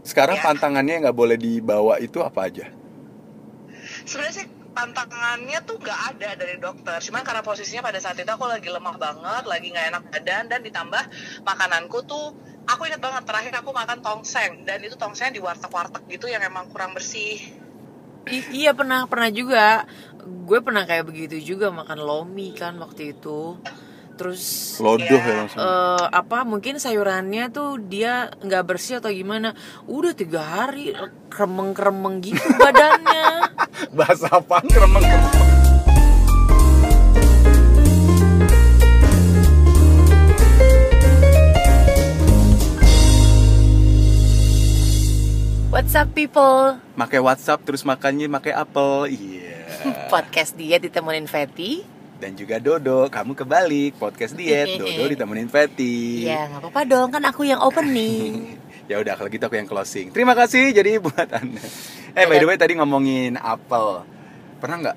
sekarang Ya. pantangannya yang nggak boleh dibawa itu apa aja? Sebenarnya sih pantangannya tuh nggak ada dari dokter, cuman karena posisinya pada saat itu aku lagi lemah banget, lagi nggak enak badan, dan ditambah makananku tuh, aku ingat banget terakhir aku makan tongseng, dan itu tongseng di warteg-warteg gitu yang emang kurang bersih. Iya pernah juga. Gue pernah kayak begitu juga, makan lomi kan waktu itu. Terus Lodoh ya langsung. mungkin sayurannya tuh dia nggak bersih atau gimana. Udah 3 hari kremeng gitu badannya. Bahasa apaan? Kremeng. What's up people? Pakai WhatsApp terus makannya pakai apel. Iya. Podcast diet ditemenin Fatty. Dan juga Dodo, kamu kebalik. Podcast diet, Dodo ditemenin Fatty. Ya nggak apa-apa dong, kan aku yang opening. Ya udah kalau gitu aku yang closing. Terima kasih jadi buat Anda. By the way tadi ngomongin apel. Pernah nggak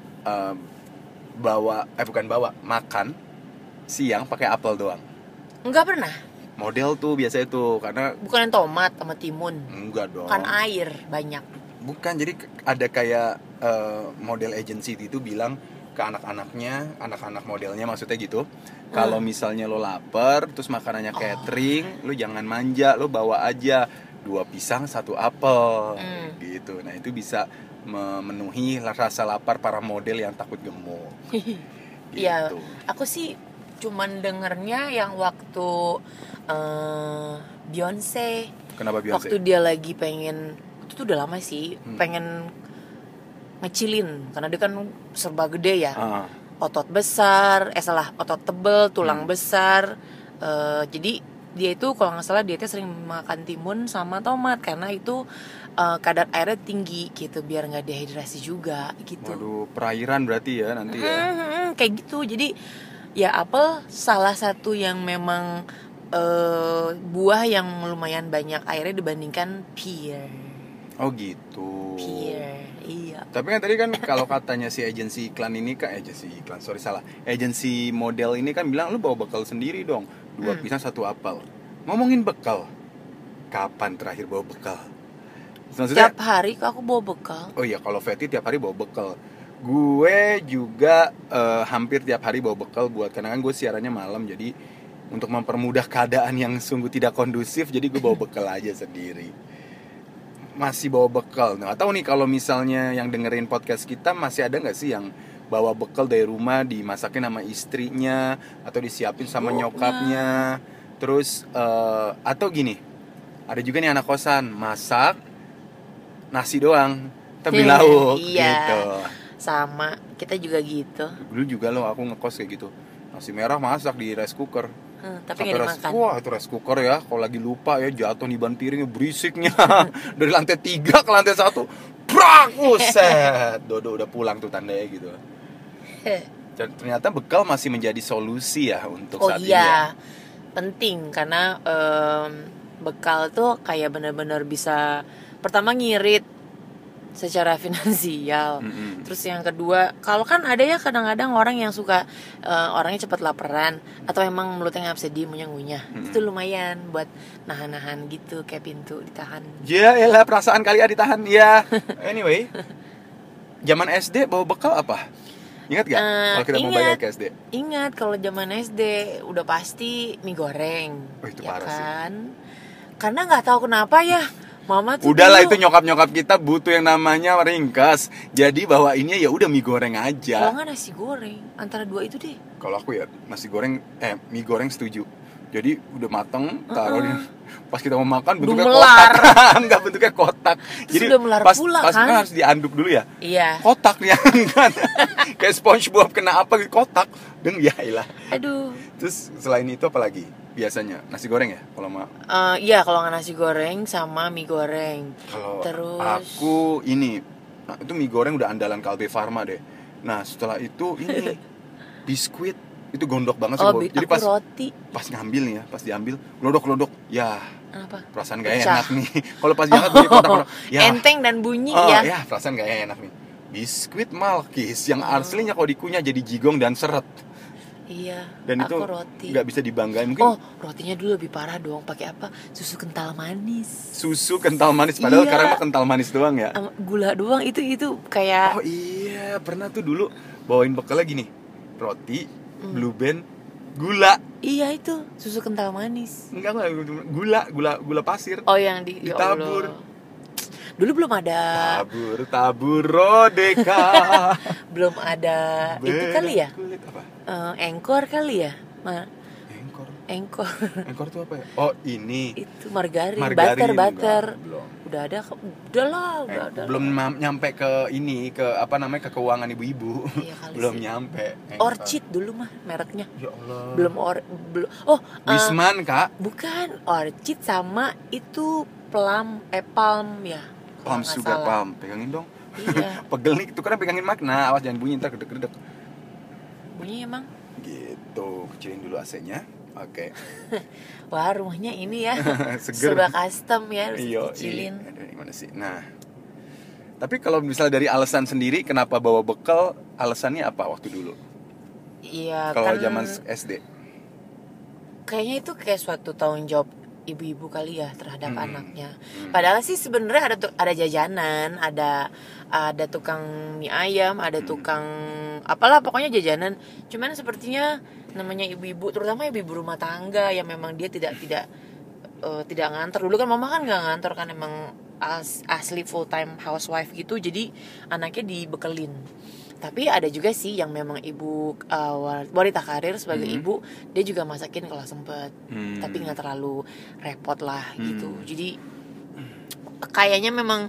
makan siang pakai apel doang? Nggak pernah. Model tuh biasanya tuh karena Bukan yang tomat sama timun. enggak dong. Bukan air banyak. Bukan, jadi ada kayak model agency itu bilang ke anak-anak modelnya maksudnya gitu. Kalau misalnya lo lapar, terus makanannya catering, lo jangan manja, lo bawa aja 2 pisang 1 apel, gitu. Nah itu bisa memenuhi rasa lapar para model yang takut gemuk. Iya, Gitu. aku sih cuman dengernya yang waktu Beyonce. Kenapa Beyonce? Waktu dia lagi pengen, itu tuh udah lama sih, pengen ngecilin karena dia kan serba gede ya. Otot besar, otot tebel, tulang besar. Jadi dia itu kalau nggak salah dietnya sering makan timun sama tomat karena itu kadar airnya tinggi gitu biar nggak dehidrasi juga gitu. Waduh, perairan berarti ya nanti ya. Kayak gitu. Jadi ya apel salah satu yang memang buah yang lumayan banyak airnya dibandingkan pear. Oh gitu. Pear, iya. Tapi kan tadi kan kalau katanya si agensi model ini kan bilang lu bawa bekal sendiri dong, 2 pisang 1 apel. Ngomongin bekal, kapan terakhir bawa bekal? Maksudnya, Tiap hari aku bawa bekal. oh iya, kalau Fatty tiap hari bawa bekal. Gue juga hampir tiap hari bawa bekal karena kan gue siarannya malam, jadi untuk mempermudah keadaan yang sungguh tidak kondusif, jadi gue bawa bekal aja sendiri. Masih bawa bekal. Nggak tahu nih kalau misalnya yang dengerin podcast kita masih ada nggak sih yang bawa bekal dari rumah dimasakin sama istrinya atau disiapin sama nyokapnya. Terus atau gini, ada juga nih anak kosan masak nasi doang, tapi lauk gitu. Sama, kita juga gitu. Dulu juga loh aku ngekos kayak gitu. Nasi merah masak di rice cooker. Tapi nggak dimakan. Wah itu rice cooker ya, kalau lagi lupa ya jatuh nih ban piringnya berisiknya dari lantai 3 ke lantai 1. Brak, buset. Dodo udah pulang tuh tandanya gitu. Dan ternyata bekal masih menjadi solusi ya untuk saat ini ya. Penting karena bekal tuh kayak benar-benar bisa pertama ngirit secara finansial. Terus yang kedua, kalau kan ada ya kadang-kadang orang yang suka orangnya cepat laparan atau emang mulutnya nggak bisa diem ngunyah. Itu lumayan buat nahan-nahan gitu kayak pintu ditahan. Ya elah perasaan kali ya ditahan ya. Anyway, zaman SD bawa bekal apa? Ingat gak kalau kita mau balik ke SD? Ingat kalau zaman SD udah pasti mie goreng. Oh, itu ya parah kan? Karena nggak tahu kenapa ya. Mama tuh udahlah dulu, itu nyokap kita butuh yang namanya ringkas. Jadi bawainnya ya udah mie goreng aja. kalau nggak nasi goreng, antara dua itu deh. Kalau aku ya mie goreng setuju. Jadi udah mateng, taruh pas kita mau makan bentuknya melar. kotak. Enggak bentuknya kotak. Terus jadi udah melar pas pula, kan kan? harus diaduk dulu ya. Iya. Kotak nih kan. Kayak SpongeBob kena apa gitu kotak. Dan ya ilah. Aduh. Terus selain itu apa lagi? Biasanya nasi goreng ya kalau mau. Iya kalau nggak nasi goreng sama mie goreng. Kalau Terus aku ini, nah, itu mie goreng udah andalan Kalbe Farma deh. Nah setelah itu ini biskuit itu gondok banget sih. Jadi aku roti. Pas ngambil nih ya, pas diambil lodok ya. Apa? Perasaan gak Pecah. enak nih. Kalau pas diangkat dari kotak-kotak, ya. Enteng dan bunyi ya. ya. Perasaan gak enak nih. Biskuit Malkis yang aslinya kalau dikunyah jadi jigong dan seret. Iya. Dan aku itu roti. nggak bisa dibanggain mungkin. Oh, rotinya dulu lebih parah dong. Pakai apa? Susu kental manis. Susu kental manis, padahal Iya. sekarang mah kental manis doang ya. Gula doang itu kayak. Oh iya, pernah tuh dulu bawain bekalnya gini, roti, Blue Band, gula. Iya itu susu kental manis. Enggak, gula pasir. Oh yang ditabur. Ya Allah. Dulu belum ada. Tabur rodeka. Belum ada itu kali ya? Kulit apa? Engkor kali ya? Engkor. Engkor. Engkor itu apa ya? Oh ini. Itu margarin. Margarin. Butter. Belum. Udah ada, udah lah. Belum nyampe ke ini, ke apa namanya, ke keuangan ibu-ibu. Iya kali belum sih. nyampe. Orchid dulu mah mereknya. Ya Allah. Belum Oh, Wisman Kak. bukan Orchid sama itu palm ya. Kalau Palm nggak juga salah. palm. Pegangin dong. Iya. Pegel nih, itu kan pegangin makna. Awas jangan bunyi ntar gedek-gedek. Bunyi emang. Gitu, kecilin dulu AC-nya. Oke. Wah, rumahnya ini ya. Seger. Serba custom ya, harus Iya, dikecilin. Aduh, gimana sih? Nah, tapi kalau misalnya dari alasan sendiri, kenapa bawa bekal? Alasannya apa waktu dulu? Iya, Kalau kan zaman SD? kayaknya itu kayak suatu tanggung jawab ibu-ibu kali ya terhadap anaknya. Hmm. Padahal sih sebenarnya ada jajanan, ada tukang mie ayam, ada tukang apalah pokoknya jajanan. Cuman sepertinya namanya ibu-ibu, terutama ibu-ibu rumah tangga yang memang dia tidak ngantor. Dulu kan mama kan nggak ngantor kan, emang asli full time housewife gitu. Jadi anaknya dibekelin. Tapi ada juga sih yang memang ibu wanita karir sebagai ibu, dia juga masakin kalau sempet, tapi nggak terlalu repot lah gitu. Jadi kayaknya memang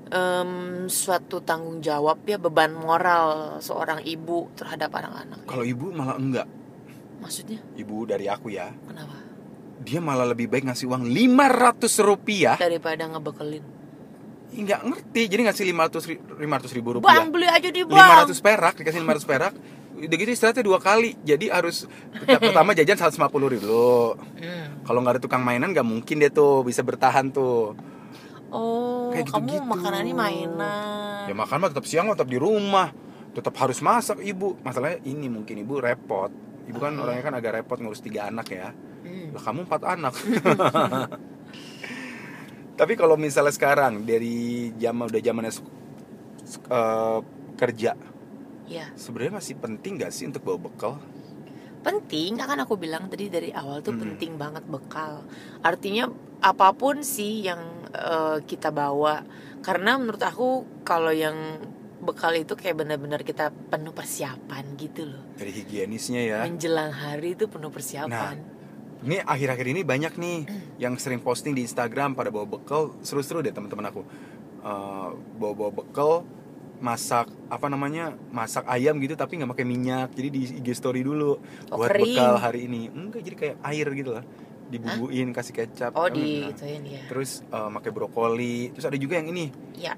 suatu tanggung jawab ya, beban moral seorang ibu terhadap anak-anak. Kalau ibu malah enggak. Maksudnya? Ibu dari aku ya, Kenapa? dia malah lebih baik ngasih uang 500 rupiah. Daripada ngebekelin. Nggak ngerti, jadi ngasih 500 ribu Bang, rupiah. beli aja di bang. 500 perak, dikasih 500 perak. Udah gitu istirahatnya 2 kali. Jadi harus pertama jajan 150 ribu dulu. Kalau nggak ada tukang mainan nggak mungkin dia tuh bisa bertahan tuh. Oh, Kayak kamu gitu-gitu. makanannya mainan. Ya makan mah tetap siang, tetap di rumah, tetap harus masak ibu. Masalahnya ini mungkin ibu repot. Ibu kan orangnya kan agak repot ngurus 3 anak ya. Lah kamu 4 anak. Tapi kalau misalnya sekarang dari zamannya kerja, Ya, sebenarnya masih penting nggak sih untuk bawa bekal? penting. Kan aku bilang tadi dari awal tuh penting banget bekal. Artinya apapun sih yang kita bawa. Karena menurut aku kalau yang bekal itu kayak benar-benar kita penuh persiapan gitu loh. Dari higienisnya ya. Menjelang hari itu penuh persiapan. Ini akhir-akhir ini banyak nih yang sering posting di Instagram pada bawa bekal. Seru-seru deh teman-teman aku. Bawa bekal, masak ayam gitu tapi nggak pakai minyak, jadi di IG story dulu buat kering. Bekal hari ini. Enggak, jadi kayak air gitu lah, dibumbuin, kasih kecap. Digituin ya. Terus pakai brokoli. Terus ada juga yang ini Ya.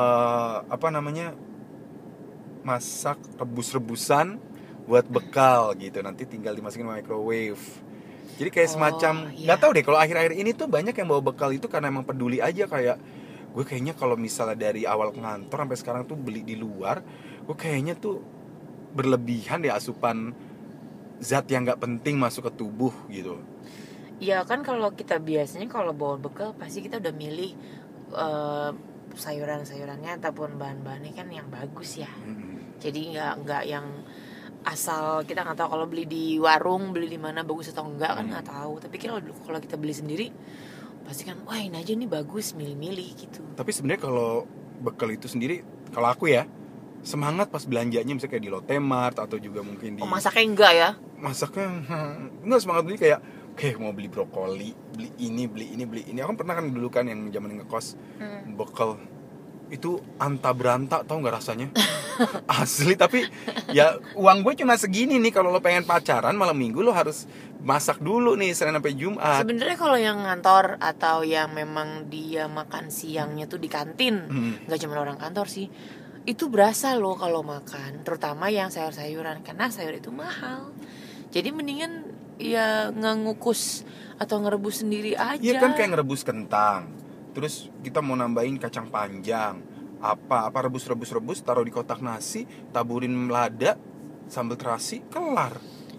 masak rebus-rebusan buat bekal gitu, nanti tinggal dimasukin microwave. Jadi kayak semacam nggak tahu deh, kalau akhir-akhir ini tuh banyak yang bawa bekal itu karena emang peduli aja. Kayak gue kayaknya kalau misalnya dari awal ngantor sampai sekarang tuh beli di luar, gue kayaknya tuh berlebihan deh asupan zat yang nggak penting masuk ke tubuh gitu. Ya kan kalau kita biasanya kalau bawa bekal pasti kita udah milih sayuran-sayurannya ataupun bahan-bahannya kan yang bagus ya. Jadi nggak yang asal kita nggak tahu kalau beli di warung, beli di mana bagus atau enggak kan nggak tahu. Tapi kalau kita beli sendiri pasti kan wah ini aja nih bagus, milih-milih gitu. Tapi sebenarnya kalau bekal itu sendiri, kalau aku ya semangat pas belanjanya, misalnya kayak di Lotte Mart atau juga mungkin di masaknya enggak ya? Masaknya enggak semangat beli, kayak mau beli brokoli, beli ini. Aku kan pernah kan dulu kan yang zaman ngekos, bekal itu anta beranta, tau nggak rasanya? Asli. Tapi ya uang gue cuma segini nih. Kalau lo pengen pacaran malam minggu lo harus masak dulu nih Senin sampai Jumat. Sebenarnya kalau yang ngantor atau yang memang dia makan siangnya tuh di kantin, nggak cuma orang kantor sih, itu berasa loh kalau makan, terutama yang sayur-sayuran, karena sayur itu mahal. Jadi mendingan ya ngukus atau ngerebus sendiri aja. Iya kan, kayak ngerebus kentang, terus kita mau nambahin kacang panjang, apa rebus taruh di kotak nasi, taburin lada, sambal terasi, kelar.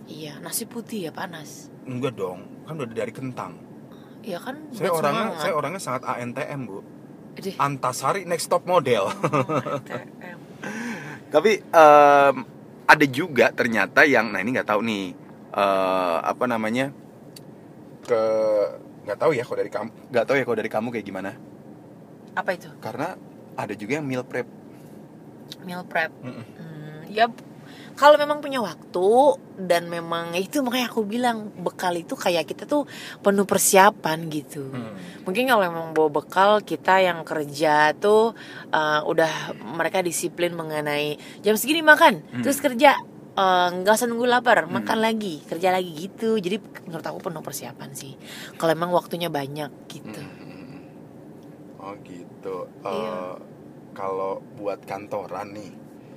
Iya, nasi putih ya panas. Enggak dong, kan udah dari kentang. Iya kan. Saya orangnya sangat ANTM, Bu. Deh. Antasari next top model. ANTM. Tapi ada juga ternyata yang, nah ini nggak tahu nih apa namanya, nggak tahu ya kalau dari kamu kayak gimana. Apa itu? Karena ada juga yang meal prep. Meal prep. Ya kalau memang punya waktu dan memang itu, makanya aku bilang bekal itu kayak kita tuh penuh persiapan gitu. Mungkin kalau memang bawa bekal, kita yang kerja tuh udah mereka disiplin mengenai jam segini makan, terus kerja, nggak usah nunggu lapar, makan lagi, kerja lagi gitu. Jadi menurut aku penuh persiapan sih. Kalau memang waktunya banyak gitu. Oh gitu. Iya. Kalau buat kantoran nih,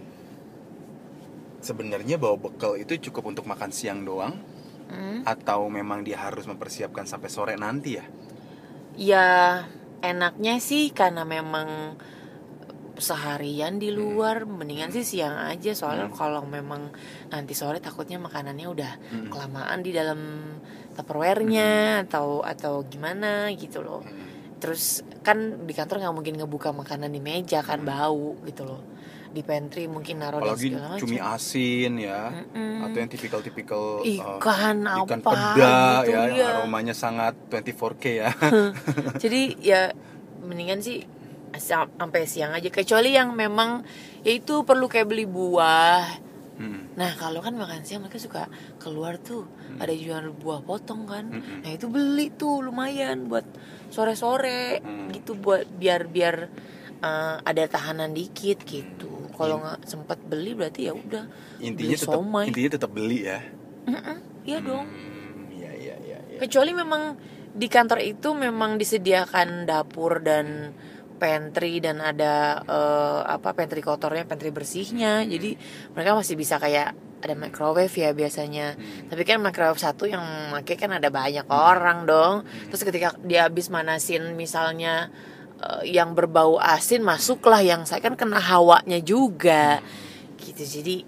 sebenarnya bawa bekal itu cukup untuk makan siang doang, atau memang dia harus mempersiapkan sampai sore nanti ya? Ya enaknya sih karena memang seharian di luar, mendingan sih siang aja. Soalnya kalau memang nanti sore takutnya makanannya udah kelamaan di dalam Tupperware-nya atau gimana gitu loh. Terus kan di kantor nggak mungkin ngebuka makanan di meja kan, bau gitu loh. Di pantry mungkin naruh dan apalagi segala macam. cumi asin ya, atau yang tipikal ikan ikan apa peda gitu, ya, ya. aromanya sangat 24K ya. Jadi ya mendingan sih sampai siang aja, kecuali yang memang ya itu perlu kayak beli buah. Nah kalau kan makan siang mereka suka keluar tuh, ada jual buah potong kan. Nah itu beli tuh lumayan buat sore-sore gitu, buat biar ada tahanan dikit gitu. Kalau nggak sempat beli berarti ya udah intinya tetap beli ya. Iya dong. Iya. Kecuali memang di kantor itu memang disediakan dapur dan pantry dan ada pantry kotornya, pantry bersihnya. Jadi mereka masih bisa kayak ada microwave ya biasanya. Tapi kan microwave satu yang pakai kan ada banyak orang dong. Terus ketika dia habis manasin misalnya yang berbau asin, masuklah yang saya kan kena hawanya juga gitu. Jadi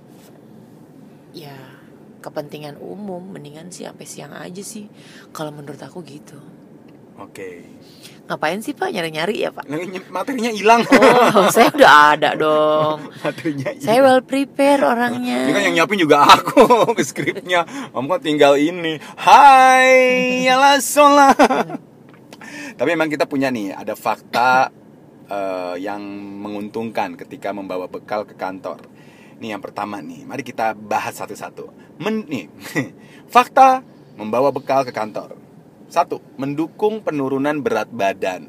ya kepentingan umum, mendingan sih sampai siang aja sih kalau menurut aku gitu. Oke. Ngapain sih Pak nyari-nyari ya Pak? Materinya hilang. Oh, saya udah ada dong. Materinya Saya well prepare orangnya. Ini kan yang nyiapin juga aku ke skripnya. Kamu kan tinggal ini. Hai, yalah sholat. Tapi memang kita punya nih, ada fakta yang menguntungkan ketika membawa bekal ke kantor. Nih yang pertama nih, mari kita bahas satu-satu. Nih, fakta membawa bekal ke kantor. 1. Mendukung penurunan berat badan.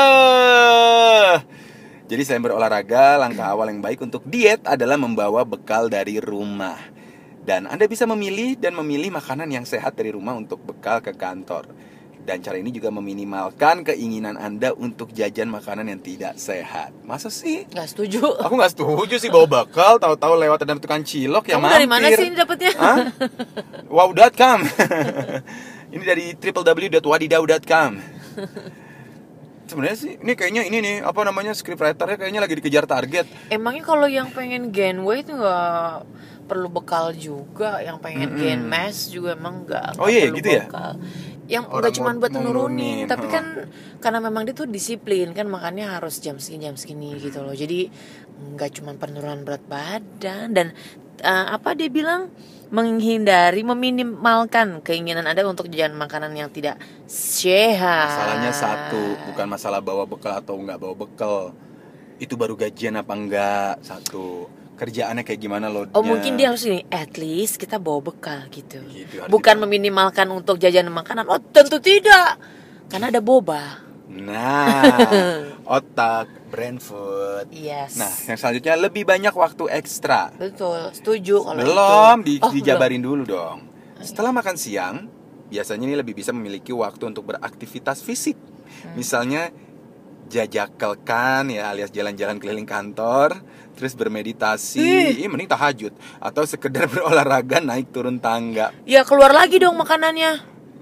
Jadi selain berolahraga, langkah awal yang baik untuk diet adalah membawa bekal dari rumah. Dan Anda bisa memilih makanan yang sehat dari rumah untuk bekal ke kantor. Dan cara ini juga meminimalkan keinginan Anda untuk jajan makanan yang tidak sehat. Masa sih? Nggak setuju. Aku nggak setuju sih bawa bekal, tahu-tahu lewat ada tukang cilok yang mampir. Kamu dari mana sih ini dapetnya? Wow.com. Ini dari www.wadidaw.com. Sebenarnya sih ini kayaknya ini nih apa namanya, scriptwriternya kayaknya lagi dikejar target. Emangnya kalau yang pengen gain weight nggak perlu bekal juga, yang pengen gain mass juga emang nggak perlu gitu bekal. Yang nggak cuma buat nurunin, tapi kan karena memang dia tuh disiplin kan, makannya harus jam segini gitu loh. Jadi nggak cuma penurunan berat badan dan dia bilang meminimalkan keinginan Anda untuk jajan makanan yang tidak sehat. Masalahnya satu, bukan masalah bawa bekal atau nggak bawa bekal. Itu baru gajian apa enggak, satu. Kerjaannya kayak gimana loadnya. Oh mungkin dia harus ini, at least kita bawa bekal gitu bukan meminimalkan untuk jajan makanan. Oh tentu tidak, karena ada boba. Nah, otak, brain food. Yes. Nah, yang selanjutnya lebih banyak waktu ekstra. Betul, setuju kalau Belum, itu. dijabarin dulu dong. Setelah makan siang, biasanya ini lebih bisa memiliki waktu untuk beraktivitas fisik. Misalnya jajakalkan ya, alias jalan-jalan keliling kantor, terus bermeditasi, mending tahajud, atau sekedar berolahraga naik turun tangga. Ya keluar lagi dong makanannya.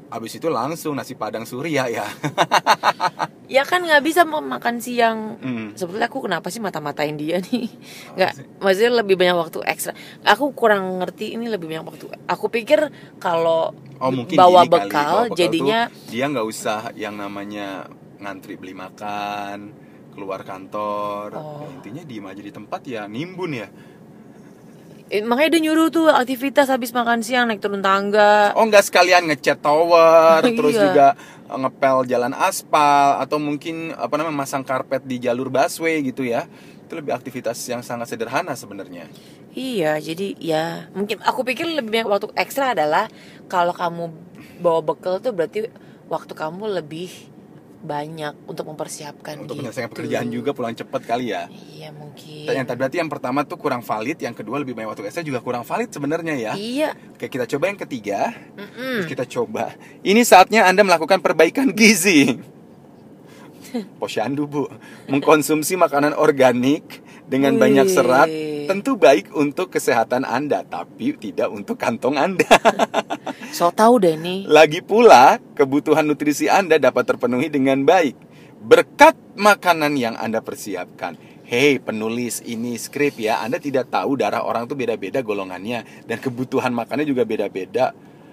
abis itu langsung nasi Padang Surya ya. Ya kan nggak bisa mau makan siang. Hmm. Sebetulnya aku kenapa sih mata-matain dia nih? Nggak, maksudnya lebih banyak waktu ekstra. Aku kurang ngerti ini lebih banyak waktu. Aku pikir kalau Mungkin bawa gini kali, bekal bawa bekal jadinya tuh dia nggak usah yang namanya ngantri beli makan, keluar kantor. Ya, intinya diem aja di tempat ya, nimbun ya. makanya dia nyuruh tuh aktivitas habis makan siang naik turun tangga. Nggak sekalian ngecat tower, terus Iya. juga ngepel jalan aspal, atau mungkin masang karpet di jalur busway gitu ya. Itu lebih aktivitas yang sangat sederhana sebenarnya. Iya, jadi ya mungkin aku pikir lebih banyak waktu ekstra adalah kalau kamu bawa bekal tuh berarti waktu kamu lebih banyak untuk mempersiapkan Untuk gitu. menyelesaikan pekerjaan juga, pulang cepat kali ya. Iya mungkin. Berarti yang pertama tuh kurang valid, yang kedua lebih banyak waktu ekstra juga kurang valid sebenarnya ya. Iya. Oke, kita coba yang ketiga. Terus kita coba. Ini saatnya Anda melakukan perbaikan gizi. Posyandu, Bu. Mengkonsumsi makanan organik dengan Wih. banyak serat tentu baik untuk kesehatan Anda, tapi tidak untuk kantong Anda. So tahu deh nih. Lagi pula, kebutuhan nutrisi Anda dapat terpenuhi dengan baik berkat makanan yang Anda persiapkan. Hei penulis, ini skrip ya. Anda tidak tahu darah orang tuh beda-beda golongannya, dan kebutuhan makannya juga beda-beda.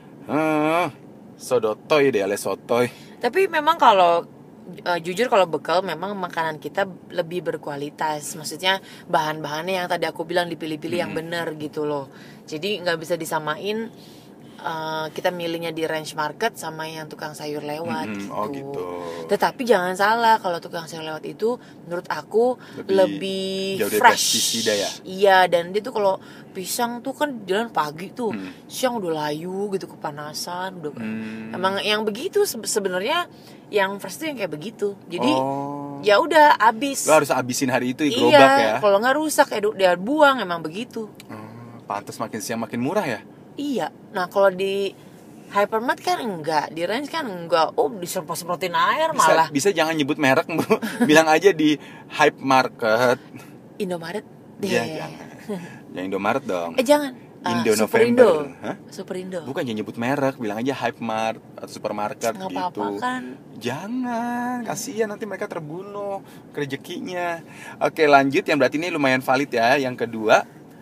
Sodotoy deh, ale sotoy. Tapi memang kalau jujur kalau bekal memang makanan kita lebih berkualitas. Maksudnya bahan-bahannya yang tadi aku bilang dipilih-pilih yang benar gitu loh. Jadi nggak bisa disamain kita milihnya di range market sama yang tukang sayur lewat gitu. Oh gitu. Tetapi jangan salah, kalau tukang sayur lewat itu menurut aku lebih jauh dari fresh. pestisida ya? Iya, dan dia tuh kalau pisang tuh kan jalan pagi tuh, siang udah layu gitu, kepanasan, udah. Emang yang begitu sebenarnya yang fresh tuh yang kayak begitu. Jadi ya udah habis. Lo harus habisin hari itu gerobak ya. Iya, kalau nggak rusak dia buang, emang begitu. Pantes makin siang makin murah ya. Iya, nah kalau di hypermart kan enggak, di range kan enggak. Disemprot-semprotin air malah. Bisa jangan nyebut merek, Bu. Bilang aja di Hypermarket. Indomaret deh. Iya, jangan. Jangan Indomaret dong. Jangan. Indo Superindo. November. Hah? Superindo. Bukan, jangan nyebut merek, bilang aja Hypermart atau supermarket Nggak gitu. apa-apa kan. Jangan, kasihan nanti mereka terbunuh rezekinya. Oke, lanjut, yang berarti ini lumayan valid ya. Yang kedua,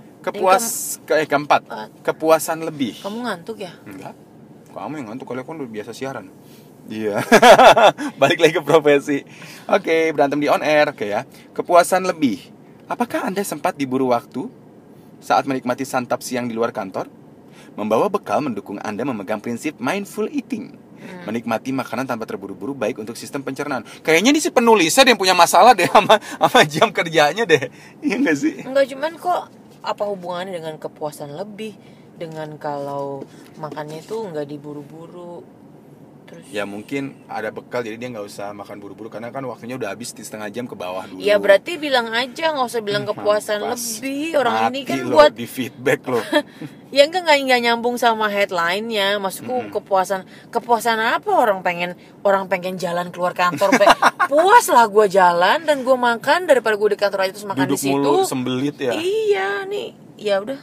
keempat, kepuasan lebih. Kamu ngantuk ya? Enggak. Kamu yang ngantuk, kalian kan udah biasa siaran. Iya. Balik lagi ke profesi. Oke, berantem di on air. Oke ya. Kepuasan lebih. Apakah Anda sempat diburu waktu saat menikmati santap siang di luar kantor? Membawa bekal mendukung Anda memegang prinsip mindful eating. Menikmati makanan tanpa terburu-buru baik untuk sistem pencernaan. Kayaknya ini si penulisnya yang punya masalah deh sama jam kerjanya deh. Iya nggak sih? Enggak, cuman kok apa hubungannya dengan kepuasan lebih dengan kalau makannya itu nggak diburu-buru? Terus Ya mungkin ada bekal jadi dia nggak usah makan buru-buru karena kan waktunya udah habis di setengah jam ke bawah dulu. ya berarti bilang aja, nggak usah bilang kepuasan Mampus. lebih. Orang ini kan Mati lo, buat di feedback loh. ya enggak nyambung sama headline-nya. Maksudku kepuasan apa, orang pengen jalan keluar kantor puas lah gue jalan dan gue makan daripada gue di kantor aja terus makan Duduk di situ. mulu sembelit ya. Iya nih, ya udah.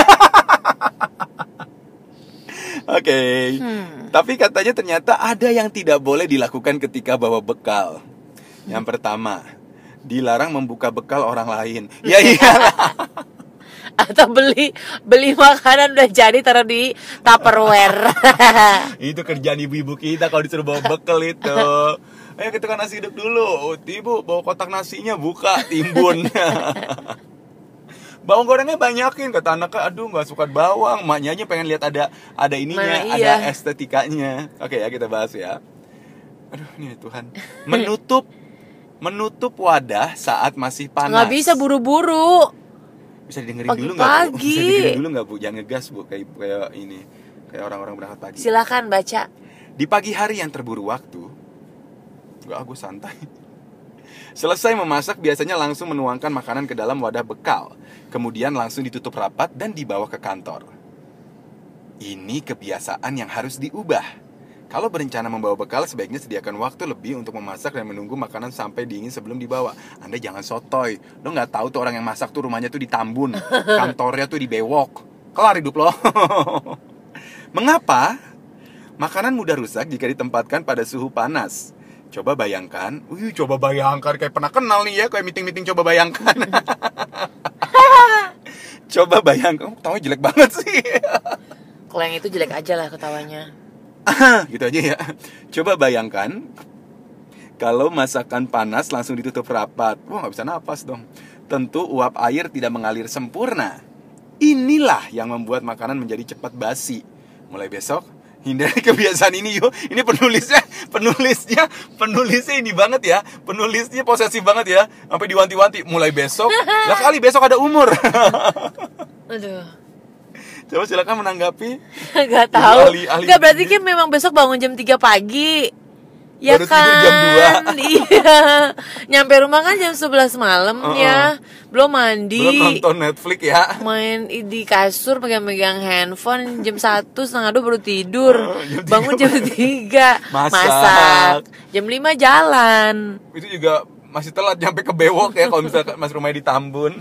Oke. Tapi katanya ternyata ada yang tidak boleh dilakukan ketika bawa bekal. Yang pertama, dilarang membuka bekal orang lain. Ya iya. Atau beli makanan udah jadi taruh di Tupperware. Itu kerjaan ibu-ibu kita kalau disuruh bawa bekal itu. Ayo kita kan nasi hidup dulu. Ibu bawa kotak nasinya, buka, timbun. Bawang gorengnya banyakin, kata anaknya, aduh nggak suka bawang, maknya aja pengen lihat ada ininya, Mana iya. ada estetikanya. Oke ya, kita bahas ya. Aduh nih Tuhan, menutup wadah saat masih panas. Nggak bisa buru-buru. Bisa didengerin dulu nggak, Bu? Pagi-pagi. Bisa didengerin dulu nggak, Bu? Jangan ngegas, Bu, kayak ini, kayak orang-orang berangkat pagi. Silakan baca. Di pagi hari yang terburu waktu, aku santai. Selesai memasak biasanya langsung menuangkan makanan ke dalam wadah bekal. Kemudian langsung ditutup rapat dan dibawa ke kantor. Ini kebiasaan yang harus diubah. Kalau berencana membawa bekal, sebaiknya sediakan waktu lebih untuk memasak dan menunggu makanan sampai dingin sebelum dibawa. Anda jangan sotoy. Lo nggak tahu tuh orang yang masak tuh rumahnya tuh di Tambun, kantornya tuh di Bewok. Kelar hidup lo. Mengapa? Makanan mudah rusak jika ditempatkan pada suhu panas. Coba bayangkan kayak pernah kenal nih ya, kayak meeting-meeting coba bayangkan. Coba bayangkan, ketawanya jelek banget sih. Kalau yang itu jelek aja lah ketawanya. Gitu aja ya. Coba bayangkan kalau masakan panas langsung ditutup rapat. Wah, nggak bisa napas dong. Tentu uap air tidak mengalir sempurna. Inilah yang membuat makanan menjadi cepat basi. Mulai besok hindari kebiasaan ini yuk. Ini penulisnya ini banget ya. Penulisnya posesif banget ya. Sampai diwanti-wanti mulai besok. Lah kali besok ada umur. Aduh. Coba silakan menanggapi. Gak tahu. Gak berarti kan memang besok bangun jam 3 pagi. Ya baru kan? Tidur jam 2. Iya. Nyampe rumah kan jam 11 malam ya. Belum mandi. Belum nonton Netflix ya. Main di kasur pegang-pegang handphone. Jam 1:30 baru tidur. Bangun jam 3 masak. Jam 5 jalan. Itu juga masih telat nyampe ke Bewok ya kalau misalnya masih rumahnya di Tambun.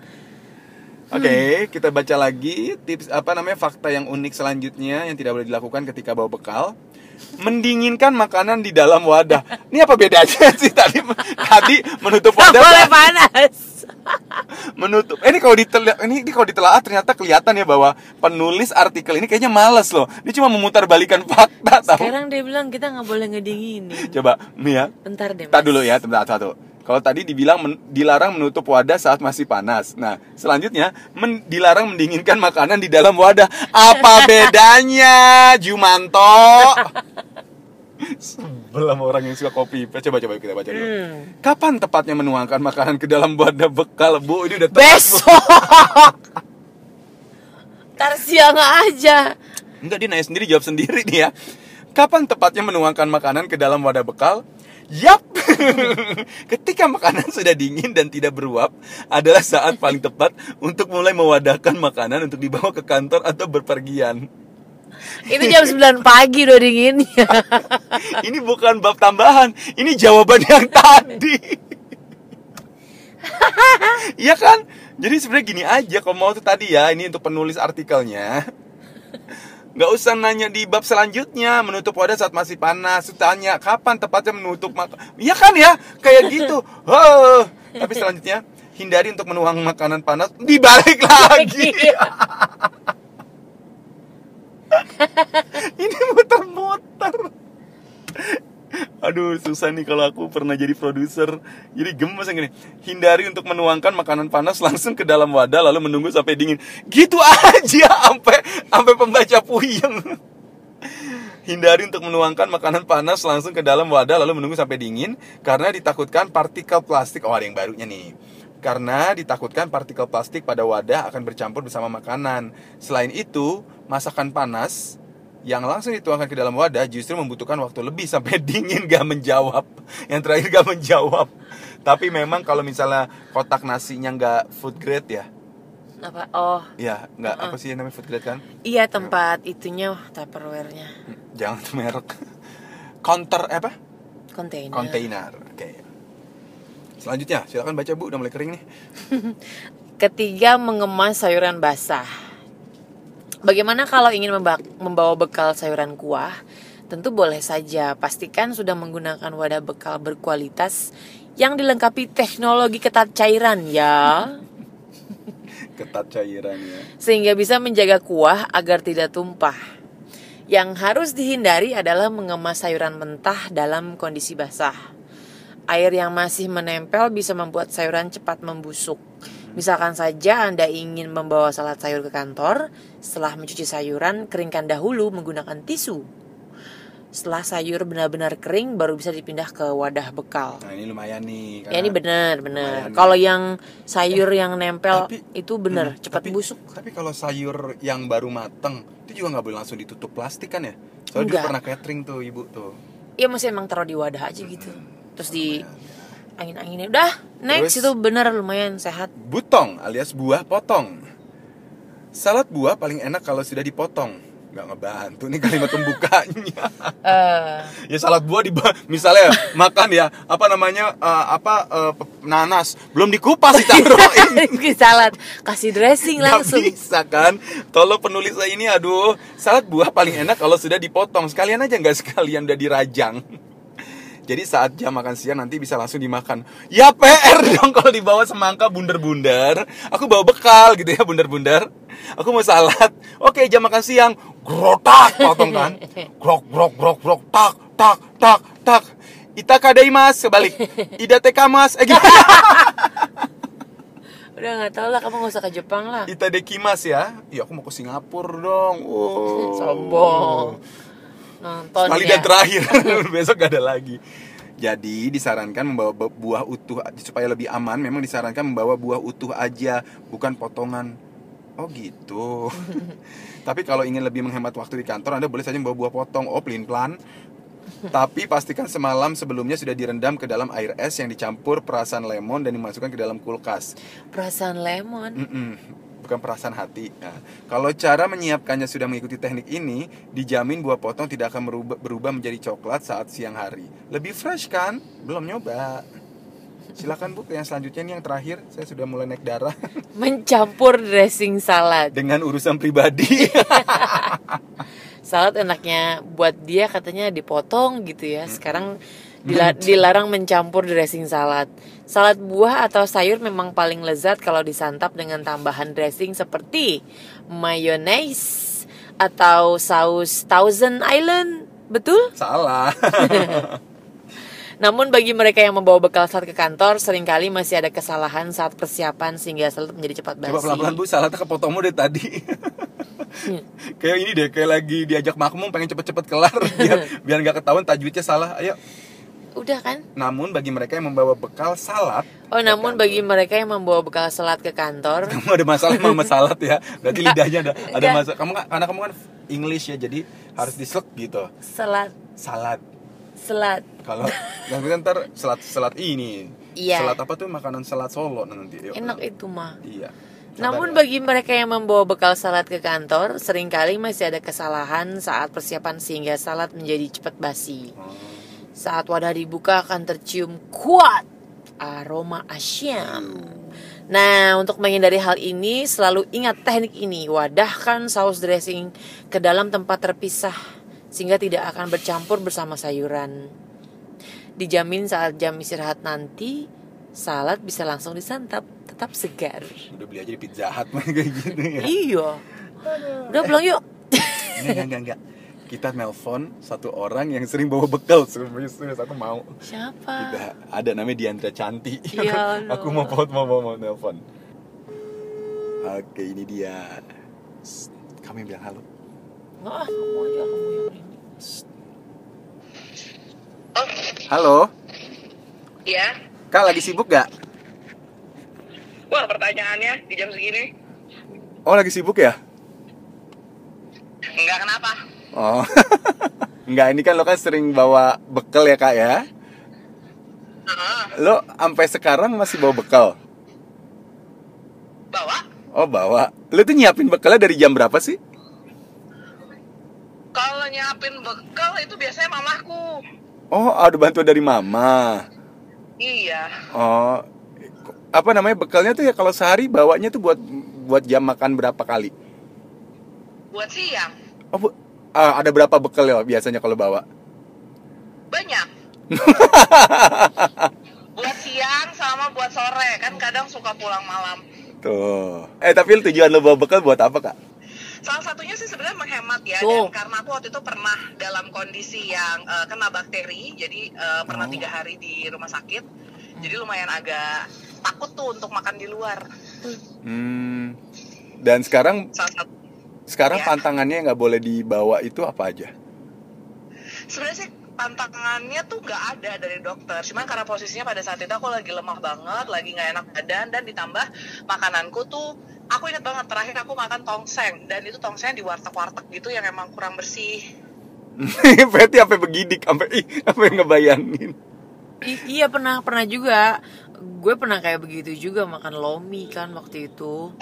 Oke, kita baca lagi tips fakta yang unik selanjutnya yang tidak boleh dilakukan ketika bawa bekal. Mendinginkan makanan di dalam wadah. Ini apa bedanya sih tadi menutup wadah? Boleh panas. Menutup. Ini kalau ditelaah ternyata kelihatan ya bahwa penulis artikel ini kayaknya malas loh. Dia cuma memutar balikan fakta. Sekarang dia bilang kita nggak boleh ngedinginin. Coba, Mia. Bentar deh. Tar dulu ya, satu. Kalau tadi dibilang dilarang menutup wadah saat masih panas. Nah, selanjutnya dilarang mendinginkan makanan di dalam wadah. Apa bedanya, Jumanto? Sebelum orang yang suka kopi. Coba kita baca dulu. Kapan tepatnya menuangkan makanan ke dalam wadah bekal, Bu? Ini udah tepat, besok. Ntar siang aja. Enggak, dia nanya sendiri, jawab sendiri nih ya. Kapan tepatnya menuangkan makanan ke dalam wadah bekal? Yap. Ketika makanan sudah dingin dan tidak beruap adalah saat paling tepat untuk mulai mewadahkan makanan untuk dibawa ke kantor atau berpergian. Itu jam 9 pagi udah dinginnya. Ini bukan bab tambahan, ini jawaban yang tadi. Iya kan? Jadi sebenarnya gini aja, kalau mau tuh tadi ya, ini untuk penulis artikelnya. Nggak usah nanya di bab selanjutnya, menutup wadah saat masih panas. Tanya kapan tepatnya menutup iya kan ya, kayak gitu. Tapi selanjutnya hindari untuk menuang makanan panas. Dibalik lagi. Ini muter-muter. Aduh, susah nih kalau aku pernah jadi produser. Jadi gemes yang gini. Hindari untuk menuangkan makanan panas langsung ke dalam wadah lalu menunggu sampai dingin. Gitu aja sampai pembaca puyeng. Hindari untuk menuangkan makanan panas langsung ke dalam wadah lalu menunggu sampai dingin karena ditakutkan partikel plastik. Oh, ada yang barunya nih. Karena ditakutkan partikel plastik pada wadah akan bercampur bersama makanan. Selain itu, masakan panas yang langsung dituangkan ke dalam wadah justru membutuhkan waktu lebih sampai dingin. Gak menjawab. Yang terakhir gak menjawab. Tapi memang kalau misalnya kotak nasinya gak food grade ya. Apa? Oh. Iya, gak apa sih namanya food grade kan? Iya, tempat itunya Tupperware-nya. Jangan merek. Counter apa? Kontainer. Oke. Selanjutnya, silakan baca Bu, udah mulai kering nih. Ketiga, mengemas sayuran basah. Bagaimana kalau ingin membawa bekal sayuran kuah? Tentu boleh saja. Pastikan sudah menggunakan wadah bekal berkualitas yang dilengkapi teknologi ketat cairan ya. Ketat cairan ya. Sehingga bisa menjaga kuah agar tidak tumpah. Yang harus dihindari adalah mengemas sayuran mentah dalam kondisi basah. Air yang masih menempel bisa membuat sayuran cepat membusuk. Misalkan saja Anda ingin membawa salad sayur ke kantor, setelah mencuci sayuran, keringkan dahulu menggunakan tisu. Setelah sayur benar-benar kering, baru bisa dipindah ke wadah bekal. Nah, ini lumayan nih. Ya, ini benar. Kalau yang sayur yang nempel itu benar, cepat busuk. Tapi kalau sayur yang baru mateng, itu juga nggak boleh langsung ditutup plastik kan ya? Soalnya dulu pernah catering tuh ibu tuh. Iya, mesti emang taruh di wadah aja gitu. Terus di angin-anginnya udah next. Terus, itu bener lumayan sehat. Butong alias buah potong. Salad buah paling enak kalau sudah dipotong. nggak ngebantu nih kalimat pembukanya. Eh, Ya salad buah misalnya makan ya nanas belum dikupas ditaruhin. salad kasih dressing Nggak langsung. bisa kan. Tolong penulis saya ini, aduh, salad buah paling enak kalau sudah dipotong. Sekalian aja, nggak sekalian udah dirajang. Jadi saat jam makan siang nanti bisa langsung dimakan. Ya PR dong kalau dibawa semangka bundar-bundar. Aku bawa bekal gitu ya, bundar-bundar. Aku mau salad. Oke, jam makan siang. Grotak, potong kan. Grok, tak, tak, tak, tak. Itakadaimasu, sebalik. Idatekamas. Gitu. Udah nggak tahu lah, kamu nggak usah ke Jepang lah. Itadekimasu ya. Iya, aku mau ke Singapura dong. Wow. Sombong. Nonton Sekali ya. dan terakhir. Besok gak ada lagi. Jadi disarankan membawa buah utuh supaya lebih aman. Memang disarankan membawa buah utuh aja, bukan potongan. Oh gitu. Tapi kalau ingin lebih menghemat waktu di kantor, Anda boleh saja membawa buah potong. Oh, pelin-pelan. Tapi pastikan semalam sebelumnya sudah direndam ke dalam air es yang dicampur perasan lemon dan dimasukkan ke dalam kulkas. Perasaan lemon. Bukan perasaan hati. Nah, kalau cara menyiapkannya sudah mengikuti teknik ini, dijamin buah potong tidak akan berubah menjadi coklat saat siang hari. Lebih fresh kan? Belum nyoba. Silakan Bu, yang selanjutnya nih yang terakhir. Saya sudah mulai naik darah Mencampur dressing salad. dengan urusan pribadi. Salad enaknya buat dia katanya dipotong gitu ya. Sekarang dilarang mencampur dressing salad. Salad buah atau sayur memang paling lezat kalau disantap dengan tambahan dressing seperti mayonnaise atau saus Thousand Island. Betul? Salah. Namun bagi mereka yang membawa bekal saat ke kantor, seringkali masih ada kesalahan saat persiapan sehingga salad menjadi cepat basi. Coba pelan-pelan Bu, saladnya kepotongmu dari tadi. Kayak ini deh, kayak lagi diajak makmum pengen cepet-cepet kelar biar nggak ketahuan tajwidnya salah. Ayo. Udah kan? Namun bagi mereka yang membawa bekal salad, Namun bagi mereka yang membawa bekal salad ke kantor, kamu ada masalah sama salad ya. Berarti lidahnya ada Enggak. masalah. Karena kamu kan English ya, jadi harus dislek gitu. salad. Kalau nanti ntar selat ini. Iya. Selat apa tuh, makanan selat Solo nanti. Yuk. Enak itu mah. Iya. Namun Sabar ya. bagi mereka yang membawa bekal salad ke kantor, seringkali masih ada kesalahan saat persiapan sehingga salad menjadi cepat basi. Saat wadah dibuka akan tercium kuat aroma asyam. Nah, untuk menghindari hal ini, selalu ingat teknik ini. Wadahkan saus dressing ke dalam tempat terpisah sehingga tidak akan bercampur bersama sayuran. Dijamin saat jam istirahat nanti, salad bisa langsung disantap, tetap segar. Udah beli aja di Pizza Hut kayak gitu ya. Iya. Udah pulang yuk. Enggak. Kita nelpon satu orang yang sering bawa bekal. Serius aku mau. Siapa? Kita ada namanya Diandra Canti. Ya Aku mau nelpon. Oke, ini dia. Kamu yang bilang halo. Nggak, kamu aja, kamu yang ini. Oh, Halo, iya. Kak lagi sibuk gak? Wah, pertanyaannya di jam segini. Oh, lagi sibuk ya? Enggak, kenapa? Oh. Enggak, ini kan lo kan sering bawa bekal ya, Kak ya? Lo sampai sekarang masih bawa bekal? Bawa? Oh, bawa. Lo tuh nyiapin bekalnya dari jam berapa sih? Kalau nyiapin bekal itu biasanya mamahku. Oh, ada bantuan dari mama. Iya. Oh, apa namanya, bekalnya tuh ya kalau sehari bawanya tuh buat jam makan berapa kali? Buat siang. Oh, ada berapa bekal ya biasanya kalau bawa? Banyak. Buat siang sama buat sore. Kan kadang suka pulang malam. Tuh. Tapi tujuan lo bawa bekal buat apa, Kak? Salah satunya sih sebenarnya menghemat ya. Tuh. Dan karena aku waktu itu pernah dalam kondisi yang kena bakteri. Jadi pernah 3 hari di rumah sakit. Jadi lumayan agak takut tuh untuk makan di luar. Dan sekarang Salah satu ya. pantangannya yang nggak boleh dibawa itu apa aja? Sebenarnya sih pantangannya tuh nggak ada dari dokter. Cuman karena posisinya pada saat itu aku lagi lemah banget, lagi nggak enak badan, dan ditambah makananku tuh, aku ingat banget terakhir aku makan tongseng, dan itu tongseng di warteg-warteg gitu yang emang kurang bersih. Berarti sampai begidik, sampai ngebayangin. Iya pernah juga. Gue pernah kayak begitu juga, makan lomi kan waktu itu.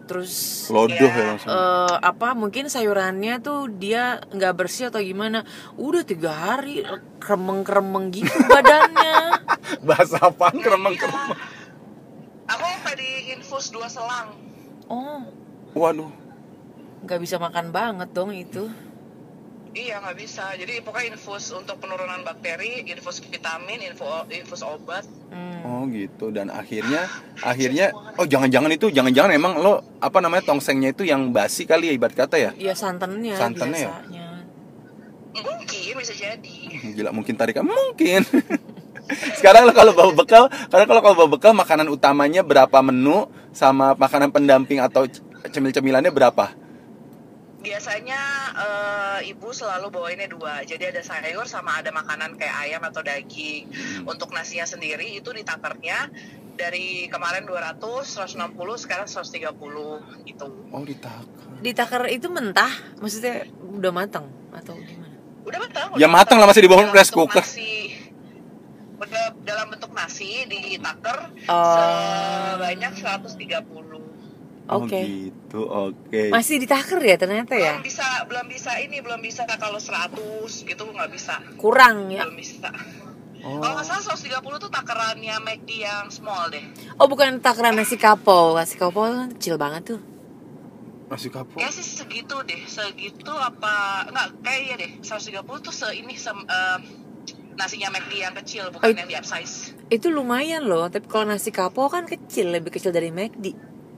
terus Lodoh ya langsung. mungkin sayurannya tuh dia nggak bersih atau gimana, udah 3 hari kremeng gitu badannya. Bahasa apaan kremeng-kremeng? Aku sampai di infus 2 selang. Oh, Waduh. nggak bisa makan banget dong itu. Iya nggak bisa. Jadi pokoknya infus untuk penurunan bakteri, infus vitamin, infus obat. Oh gitu. Dan akhirnya oh jangan-jangan emang lo apa namanya tongsengnya itu yang basi kali ya, ibarat kata ya? Iya, santannya Ya? biasanya. Mungkin bisa jadi. Gila, mungkin tarikan mungkin. Sekarang lo kalau bawa bekal makanan utamanya berapa menu sama makanan pendamping atau cemil-cemilannya berapa? Biasanya ibu selalu bawainnya 2. Jadi ada sayur sama ada makanan kayak ayam atau daging. Untuk nasinya sendiri itu ditakernya dari kemarin 200, 160, sekarang 130 gitu. Oh, ditaker. Ditaker itu mentah, maksudnya udah matang atau gimana? Udah matang. Ya matang lah, masih di bawah rice cooker. Udah dalam bentuk nasi ditaker sebanyak 130. Oke. Gitu, oke. Masih ditaker ya ternyata ya? Belum bisa kalau 100 gitu nggak bisa. Kurang ya? Belum bisa. Kalau nggak salah 130 tuh takerannya McD yang small deh. Oh, bukan takaran nasi kapau. Nasi kapau kan kecil banget tuh. Nasi kapau. Ya sih segitu apa nggak kayaknya deh 130 tuh nasinya McD yang kecil, bukan yang di upsize. Itu lumayan loh, tapi kalau nasi kapau kan kecil, lebih kecil dari McD.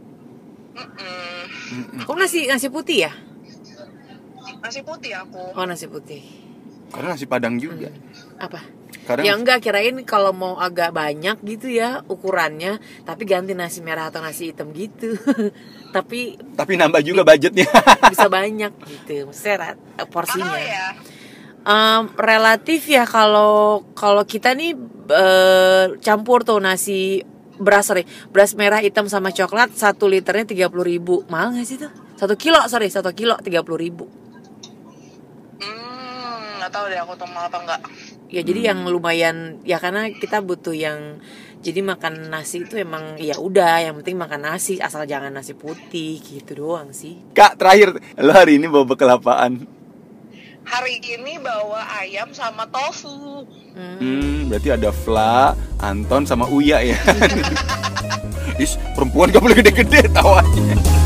Kok nasi putih ya? Nasi putih aku. Oh, nasi putih. Karena nasi Padang juga. Apa? Karena Ya enggak, kirain kalau mau agak banyak gitu ya ukurannya, tapi ganti nasi merah atau nasi hitam gitu. tapi nambah juga budgetnya. bisa banyak gitu. Maksudnya porsinya. Mahal ya? Relatif ya, kalau kita nih campur tuh beras merah hitam sama coklat 1 liternya 30.000. Mahal nggak sih tuh? 1 kilo 30.000. Nggak tahu deh aku tuh mahal apa enggak. Ya jadi yang lumayan ya, karena kita butuh yang, jadi makan nasi itu emang ya udah, yang penting makan nasi asal jangan nasi putih gitu doang sih. Kak, terakhir lo hari ini bawa bekal apaan? Hari ini bawa ayam sama tofu. Berarti ada Fla, Anton sama Uya ya. Perempuan gak boleh gede-gede tawanya.